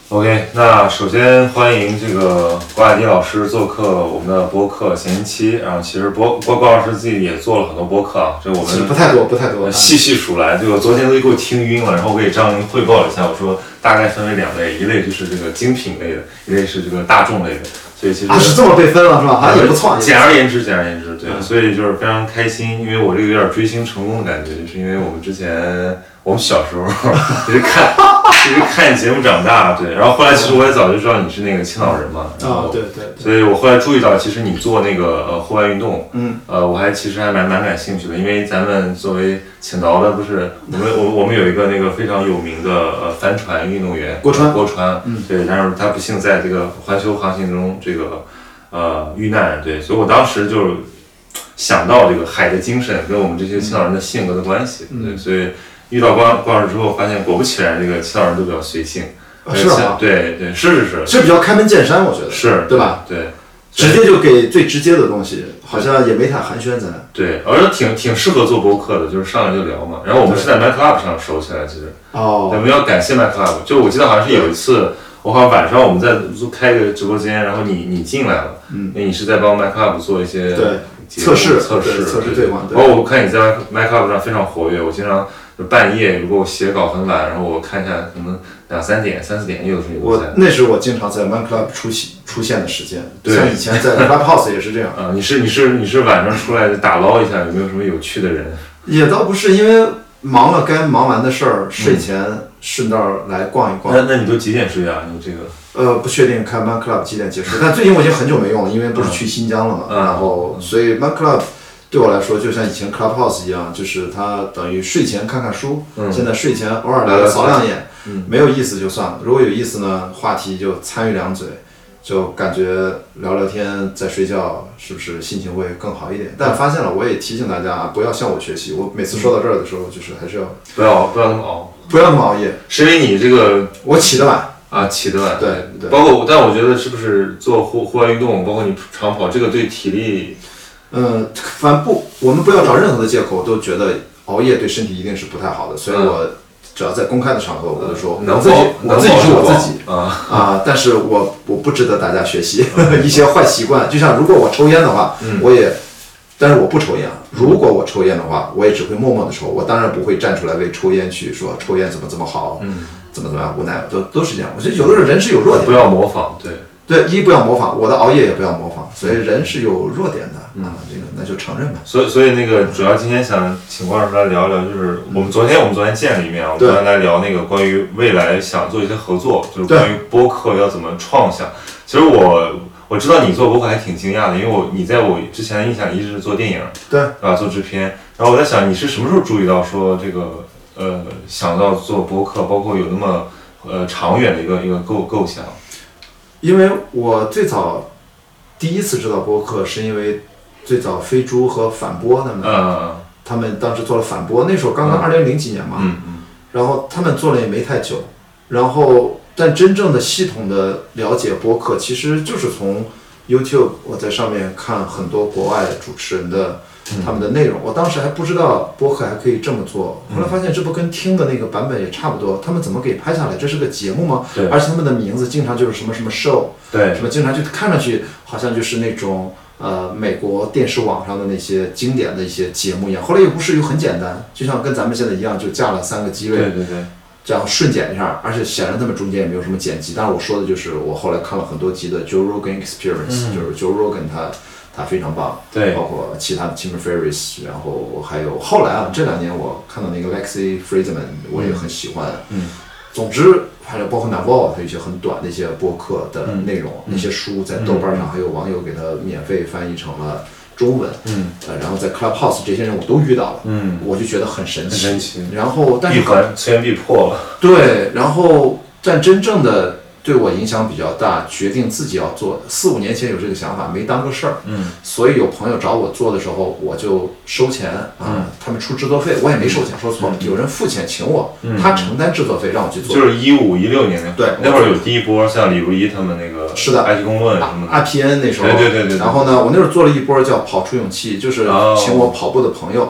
OK， 那首先欢迎这个瓜雅迪老师做客我们的播客闲期。然后其实瓜老师自己也做了很多播客啊，这我们不太多， 细数来，这个昨天都给我听晕了。然后我给张宁汇报了一下，我说大概分为两类，一类就是这个精品类的，一类是这个大众类的。所以其实是这么被分了是吧？好像也不错。 简而言之，对，所以就是非常开心，因为我这个有点追星成功的感觉，就是因为我们之前我们小时候就是看节目长大，对，然后后来其实我也早就知道你是那个青岛人嘛， 对， 所以我后来注意到，其实你做那个户外运动，我其实还蛮感兴趣的，因为咱们作为青岛的，不是我们有一个那个非常有名的帆船运动员郭川，对，但是他不幸在这个环球航行中这个遇难，对，所以我当时就想到这个海的精神跟我们这些青岛人的性格的关系，对，所以遇到关老师之后，发现果不其然，这个青岛人都比较随性， 是吧？ 对，是比较开门见山，我觉得是， 对吧？ 对， 直接就给最直接的东西，好像也没太寒暄咱。 对，而且挺适合做播客的，就是上来就聊嘛。然后我们是在 MyClub 上熟起来，其实我们要感谢 MyClub， 就我记得好像是有一次，我好像晚上我们在开个直播间，然后你进来了，你是在帮 MyClub 做一些测试对话，包括我看你在 MyClub 上非常活跃，我经常就半夜如果我写稿很晚，然后我看一下可能2、3点、3、4点，有的时候那是我经常在 MyClub 出现的时间，像以前在 Clubhouse 也是这样。 你是晚上出来打捞一下，有没有什么有趣的人？ 也倒不是，因为忙了该忙完的事儿，睡前顺道来逛一逛。 那你都几点睡啊？你这个？ 不确定看 MyClub 几点结束，但最近我已经很久没用了，因为不是去新疆了嘛，然后所以 MyClub 对我来说就像以前 Clubhouse 一样，就是它等于睡前看看书，现在睡前偶尔来扫两眼，没有意思就算了，如果有意思呢，话题就参与两嘴，就感觉聊聊天再睡觉，是不是心情会更好一点？但发现了，我也提醒大家不要向我学习，我每次说到这儿的时候，就是还是要不要那么熬， 不要那么熬夜，是因为你这个我起得晚。 起得晚， 对， 包括，但我觉得是不是做户外运动，包括你长跑，这个对体力， 我们不要找任何的借口，都觉得熬夜对身体一定是不太好的，所以我只要在公开的场合，我就说我自己是我自己但是我不值得大家学习一些坏习惯，就像如果我抽烟的话，但是我不抽烟。如果我抽烟的话，我也只会默默的抽，我当然不会站出来为抽烟去说抽烟怎么好，怎么样无奈，都是这样。我觉得有的时候人是有弱点的， 不要模仿， 对，不要模仿，我的熬夜也不要模仿，所以人是有弱点的这个那就承认吧。 所以那个主要今天想请关老师来聊一聊，就是我们昨天见了一面，我们昨天来聊那个关于未来想做一些合作，就是关于播客要怎么创想。其实我知道你做播客还挺惊讶的，因为你在我之前的印象一直是做电影， 对吧？做制片，然后我在想你是什么时候注意到说这个想到做播客，包括有那么长远的一个构想。 因为我最早第一次知道播客，是因为最早飞猪和反播他们当时做了反播，那时候刚刚2000几年嘛，然后他们做了也没太久，然后但真正的系统的了解播客，其实就是从 YouTube， 我在上面看很多国外主持人的他们的内容，我当时还不知道播客还可以这么做，后来发现这不跟听的那个版本也差不多，他们怎么给拍下来？这是个节目吗？而且他们的名字经常就是什么什么 show， 什么经常就看上去好像就是那种美国电视网上的那些经典的一些节目一样。后来又不是，又很简单，就像跟咱们现在一样，就架了3个机位，这样顺剪一下，而且显然他们中间也没有什么剪辑。但是我说的就是我后来看了很多集的 Joe Rogan Experience，就是 Joe Rogan 他非常棒，包括其他的 Tim Ferriss， 然后还有后来这2年我看到那个 Lexi Friedman， 我也很喜欢。总之还有包括 Naval， 他有一些很短的一些播客的内容，那些书在豆瓣上还有网友给他免费翻译成了中文，然后在 Clubhouse 这些人我都遇到了，我就觉得很神奇。然后但是次元壁破了， 对，然后但真正的对我影响比较大，决定自己要做，4、5年前有这个想法，没当个事儿，所以有朋友找我做的时候，我就收钱他们出制作费，我也没收钱，说错了，有人付钱请我，他承担制作费让我去做， 就是15、16年对， 那会儿有第一波像李如一他们那个是的 IT 公论什么的 RPN 那时候， 对， 然后呢，我那时候做了一波叫跑出勇气，就是请我跑步的朋友。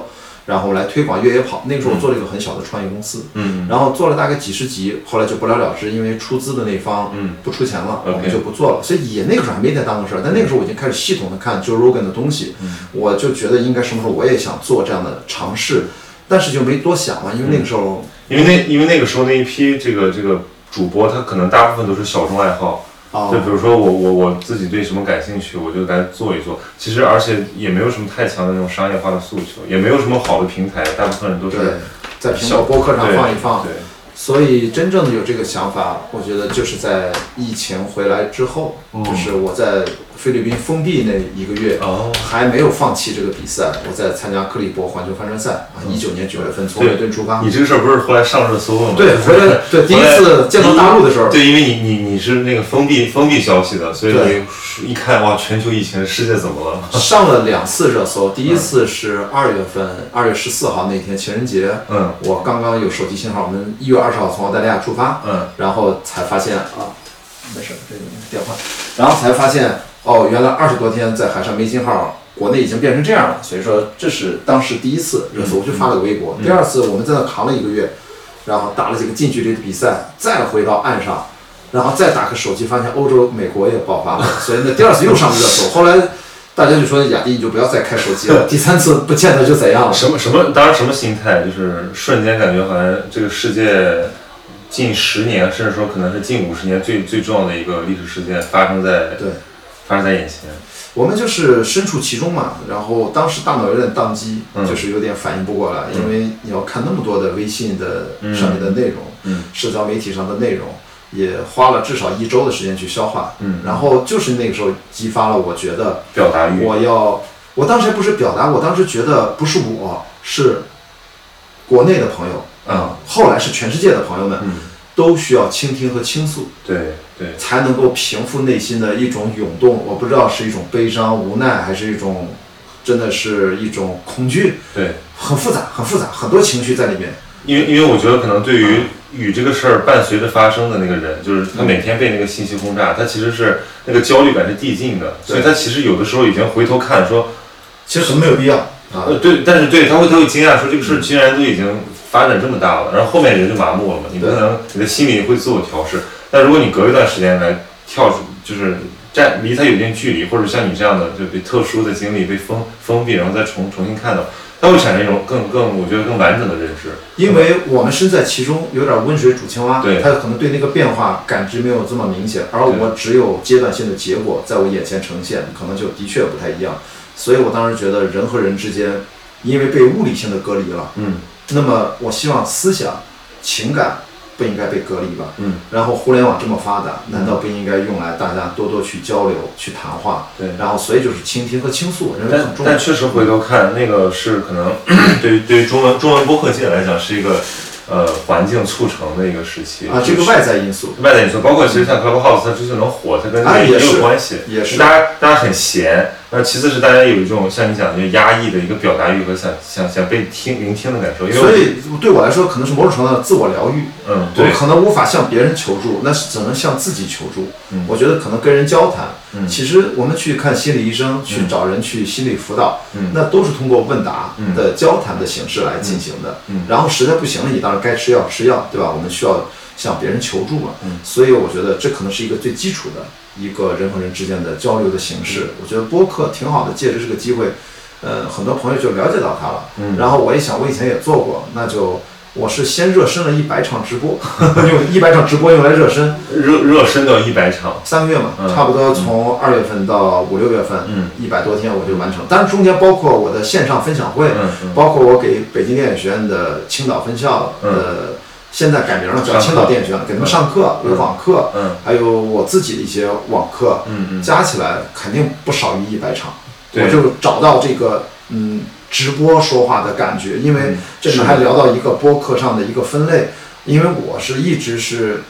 然后来推广越野跑。那个时候我做了一个很小的创业公司，然后做了大概几十集，后来就不了了之，因为出资的那方不出钱了，我们就不做了。所以也那个时候还没太当回事儿，但那个时候我已经开始系统的看 Joe Rogan 的东西，我就觉得应该什么时候我也想做这样的尝试，但是就没多想嘛，因为那个时候， 因为那个时候那一批这个主播，他可能大部分都是小众爱好。就比如说我自己对什么感兴趣，我就来做一做。其实而且也没有什么太强的那种商业化的诉求，也没有什么好的平台，大部分人都是在苹果播客上放一放。 对。 所以真正的有这个想法，我觉得就是在疫情回来之后，就是我在菲律宾封闭那1个月，还没有放弃这个比赛。我在参加克利伯环球帆船赛，19年9月份从美顿出发。 你这个事儿不是后来上热搜了吗？ 对，回来对第一次见到大陆的时候。 对，因为你是那个封闭消息的，所以你一看哇，全球疫情，世界怎么了？ 上了2次热搜，第一次是2月份2月14号那天情人节，我刚刚有手机信号，我们1月20号从澳大利亚出发，然后才发现没事，这个电话，然后才发现原来20多天在海上没信号，国内已经变成这样了，所以说这是当时第一次热搜，我就发了个微博。第二次我们在那扛了1个月，然后打了几个近距离的比赛，再回到岸上，然后再打开手机，发现欧洲、美国也爆发了，所以那第2次又上了热搜。后来大家就说雅迪你就不要再开手机了，第3次不见得就怎样了。 当然什么心态，就是瞬间感觉好像这个世界近10年，甚至说可能是近50年最重要的一个历史事件发生在眼前。 我们就是身处其中嘛，然后当时大脑有点宕机，就是有点反应不过来，因为你要看那么多的微信的上面的内容，社交媒体上的内容，也花了至少1周的时间去消化，然后就是那个时候激发了我觉得表达欲， 我当时还不是表达，我当时觉得不是我，是国内的朋友，后来是全世界的朋友们，都需要倾听和倾诉， 对， 才能够平复内心的一种涌动。我不知道是一种悲伤、无奈，还是一种真的是一种恐惧， 对， 很复杂，很多情绪在里面。 因为我觉得可能对于与这个事儿伴随着发生的那个人，就是他每天被那个信息轰炸，他其实是那个焦虑感是递进的，所以他其实有的时候已经回头看说， 其实很没有必要对，但是他会惊讶说这个事竟然都已经发展这么大了，然后后面人就麻木了嘛，你不能，你的心里会自我调试。但如果你隔一段时间来跳出，就是离他有一定距离，或者像你这样的就被特殊的经历被封闭，然后再重新看到，它会产生一种我觉得更完整的认知。 因为我们身在其中，有点温水煮青蛙， 对， 它可能对那个变化感知没有这么明显，而我只有阶段性的结果在我眼前呈现，可能就的确不太一样。所以我当时觉得人和人之间，因为被物理性的隔离了，那么我希望思想、情感不应该被隔离吧，然后互联网这么发达，难道不应该用来大家多多去交流、去谈话？ 对， 然后所以就是倾听和倾诉，我认为很重要。 但确实回头看，那个是可能对于中文播客界来讲是一个环境促成的一个时期这个外在因素， 包括其实像 Clubhouse 它之所以能火，它跟这个也有关系， 也是大家很闲。那其次是大家有一种像你讲的压抑的一个表达欲和想被聆听的感受， 所以对我来说可能是某种程度的自我疗愈。 对， 我可能无法向别人求助，那是只能向自己求助。我觉得可能跟人交谈，其实我们去看心理医生，去找人去心理辅导，那都是通过问答的交谈的形式来进行的。然后实在不行了，你当然该吃药，对吧？我们需要向别人求助嘛。所以我觉得这可能是一个最基础的一个人和人之间的交流的形式。我觉得播客挺好的，借着这个机会，很多朋友就了解到它了。然后我一想，我以前也做过，那就我是先热身了100场直播，用100场直播用来热身， 热身到100场 ，3个月嘛，差不多从2月份到5、6月份，100多天我就完成。当然中间包括我的线上分享会，包括我给北京电影学院的青岛分校现在改名了，叫青岛电影学院，给他们上课，有网课，还有我自己的一些网课，加起来肯定不少于100场。我就找到这个直播说话的感觉，因为这里面还聊到一个播客上的一个分类，因为我是一直是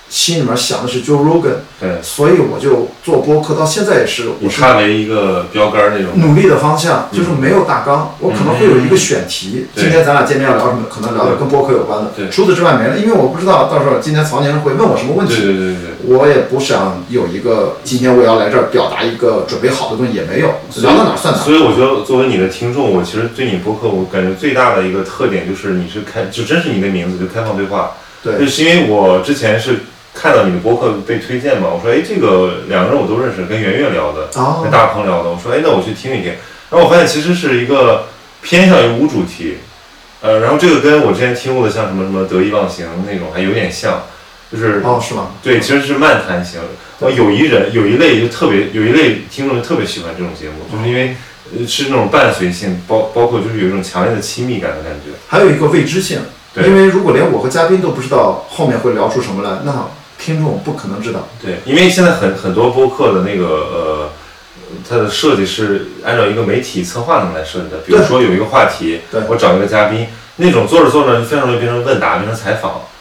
心里面想的是 Joe Rogan， 对， 所以我就做播客到现在也是， 以他为一个标杆那种努力的方向，就是没有大纲，我可能会有一个选题，今天咱俩见面要聊什么，可能聊点跟播客有关的，除此之外没了，因为我不知道到时候今天曹宁会问我什么问题， 对， 我也不想有一个今天我要来这儿表达一个准备好的东西也没有，聊到哪算哪。 所以我觉得作为你的听众，我其实对你播客我感觉最大的一个特点就是你是就真是你的名字就开放对话， 对， 就是因为我之前是看到你的播客被推荐嘛，我说这个两个人我都认识，跟圆圆聊的，跟大鹏聊的，我说那我去听一听，然后我发现其实是一个偏向于无主题，然后这个跟我之前听过的像什么得意忘形那种还有点像，就是是吗？ 对，其实是漫谈型。有一类听众就特别喜欢这种节目，就是因为是那种伴随性，包括就是有一种强烈的亲密感的感觉， 还有一个未知性，因为如果连我和嘉宾都不知道后面会聊出什么来，那听众不可能知道。 对，因为现在很多播客的那个它的设计是按照一个媒体策划那么来设计的，比如说有一个话题，我找一个嘉宾，那种做着做着就非常容易变成问答，变成采访。